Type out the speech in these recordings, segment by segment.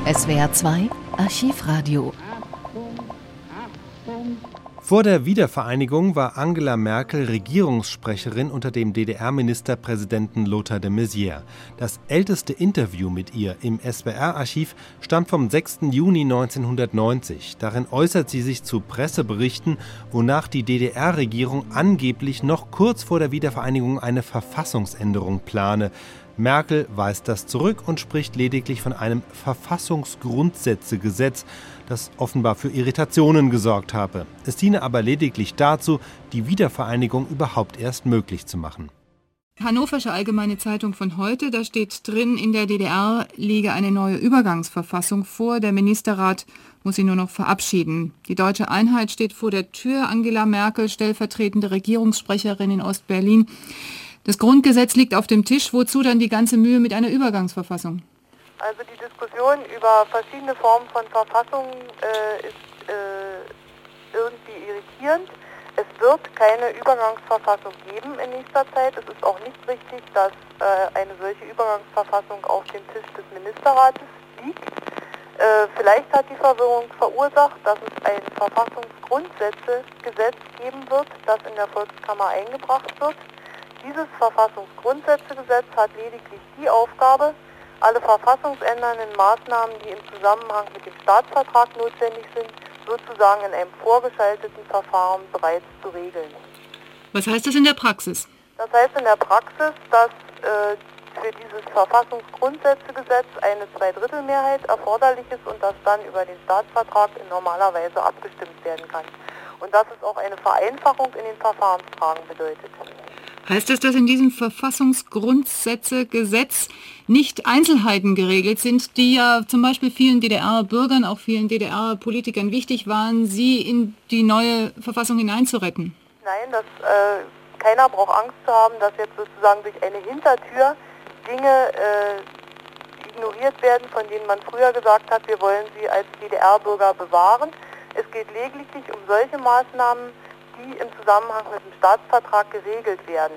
SWR 2 Archivradio. Vor der Wiedervereinigung war Angela Merkel Regierungssprecherin unter dem DDR-Ministerpräsidenten Lothar de Maizière. Das älteste Interview mit ihr im SWR-Archiv stammt vom 6. Juni 1990. Darin äußert sie sich zu Presseberichten, wonach die DDR-Regierung angeblich noch kurz vor der Wiedervereinigung eine Verfassungsänderung plane. Merkel weist das zurück und spricht lediglich von einem Verfassungsgrundsätzegesetz, das offenbar für Irritationen gesorgt habe. Es diene aber lediglich dazu, die Wiedervereinigung überhaupt erst möglich zu machen. Hannoversche Allgemeine Zeitung von heute, da steht drin, in der DDR liege eine neue Übergangsverfassung vor. Der Ministerrat muss sie nur noch verabschieden. Die deutsche Einheit steht vor der Tür. Angela Merkel, stellvertretende Regierungssprecherin in Ostberlin. Das Grundgesetz liegt auf dem Tisch. Wozu dann die ganze Mühe mit einer Übergangsverfassung? Also die Diskussion über verschiedene Formen von Verfassungen ist irgendwie irritierend. Es wird keine Übergangsverfassung geben in nächster Zeit. Es ist auch nicht richtig, dass eine solche Übergangsverfassung auf dem Tisch des Ministerrates liegt. Vielleicht hat die Verwirrung verursacht, dass es ein Verfassungsgrundsätzegesetz geben wird, das in der Volkskammer eingebracht wird. Dieses Verfassungsgrundsätzegesetz hat lediglich die Aufgabe, alle verfassungsändernden Maßnahmen, die im Zusammenhang mit dem Staatsvertrag notwendig sind, sozusagen in einem vorgeschalteten Verfahren bereits zu regeln. Was heißt das in der Praxis? Das heißt in der Praxis, dass für dieses Verfassungsgrundsätzegesetz eine Zweidrittelmehrheit erforderlich ist und dass dann über den Staatsvertrag in normaler Weise abgestimmt werden kann. Und dass es auch eine Vereinfachung in den Verfahrensfragen bedeutet. Heißt das, dass in diesem Verfassungsgrundsätzegesetz nicht Einzelheiten geregelt sind, die ja zum Beispiel vielen DDR-Bürgern, auch vielen DDR-Politikern wichtig waren, sie in die neue Verfassung hineinzuretten? Nein, keiner braucht Angst zu haben, dass jetzt sozusagen durch eine Hintertür Dinge ignoriert werden, von denen man früher gesagt hat, wir wollen sie als DDR-Bürger bewahren. Es geht lediglich um solche Maßnahmen, die im Zusammenhang mit dem Staatsvertrag geregelt werden.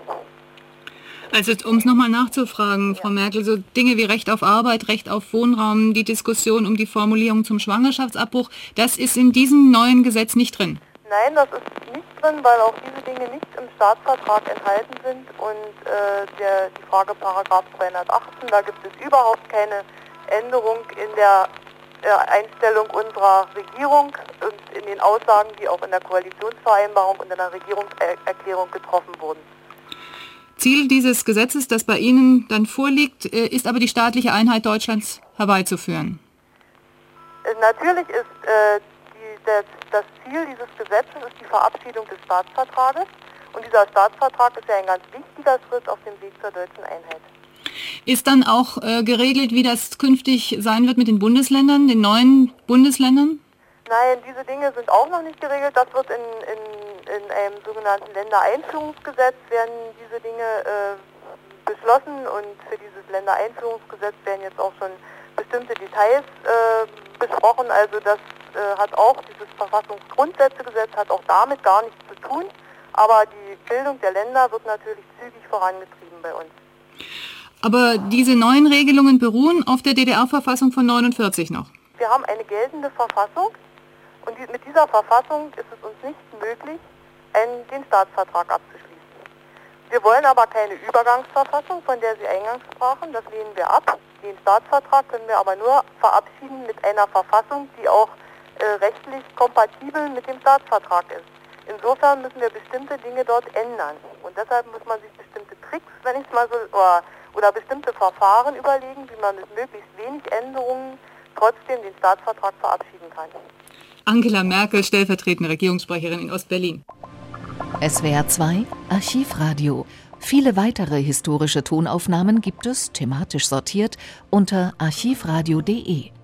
Also um es nochmal nachzufragen, Frau Merkel, so Dinge wie Recht auf Arbeit, Recht auf Wohnraum, die Diskussion um die Formulierung zum Schwangerschaftsabbruch, das ist in diesem neuen Gesetz nicht drin? Nein, das ist nicht drin, weil auch diese Dinge nicht im Staatsvertrag enthalten sind und die Frage Paragraph 218, da gibt es überhaupt keine Änderung in der Einstellung unserer Regierung und in den Aussagen, die auch in der Koalitionsvereinbarung und in der Regierungserklärung getroffen wurden. Ziel dieses Gesetzes, das bei Ihnen dann vorliegt, ist aber die staatliche Einheit Deutschlands herbeizuführen. Natürlich ist das Ziel dieses Gesetzes ist die Verabschiedung des Staatsvertrages und dieser Staatsvertrag ist ja ein ganz wichtiger Schritt auf dem Weg zur deutschen Einheit. Ist dann auch geregelt, wie das künftig sein wird mit den Bundesländern, den neuen Bundesländern? Nein, diese Dinge sind auch noch nicht geregelt. Das wird in einem sogenannten Ländereinführungsgesetz werden diese Dinge beschlossen und für dieses Ländereinführungsgesetz werden jetzt auch schon bestimmte Details besprochen. Also das hat auch, dieses Verfassungsgrundsätzegesetz hat auch damit gar nichts zu tun, aber die Bildung der Länder wird natürlich zügig vorangetrieben bei uns. Aber diese neuen Regelungen beruhen auf der DDR-Verfassung von 49 noch? Wir haben eine geltende Verfassung und mit dieser Verfassung ist es uns nicht möglich, den Staatsvertrag abzuschließen. Wir wollen aber keine Übergangsverfassung, von der Sie eingangs sprachen, das lehnen wir ab. Den Staatsvertrag können wir aber nur verabschieden mit einer Verfassung, die auch rechtlich kompatibel mit dem Staatsvertrag ist. Insofern müssen wir bestimmte Dinge dort ändern und deshalb muss man sich bestimmte Tricks, wenn ich es mal so, oder bestimmte Verfahren überlegen, wie man mit möglichst wenig Änderungen trotzdem den Staatsvertrag verabschieden kann. Angela Merkel, stellvertretende Regierungssprecherin in Ostberlin. SWR 2 Archivradio. Viele weitere historische Tonaufnahmen gibt es, thematisch sortiert, unter archivradio.de.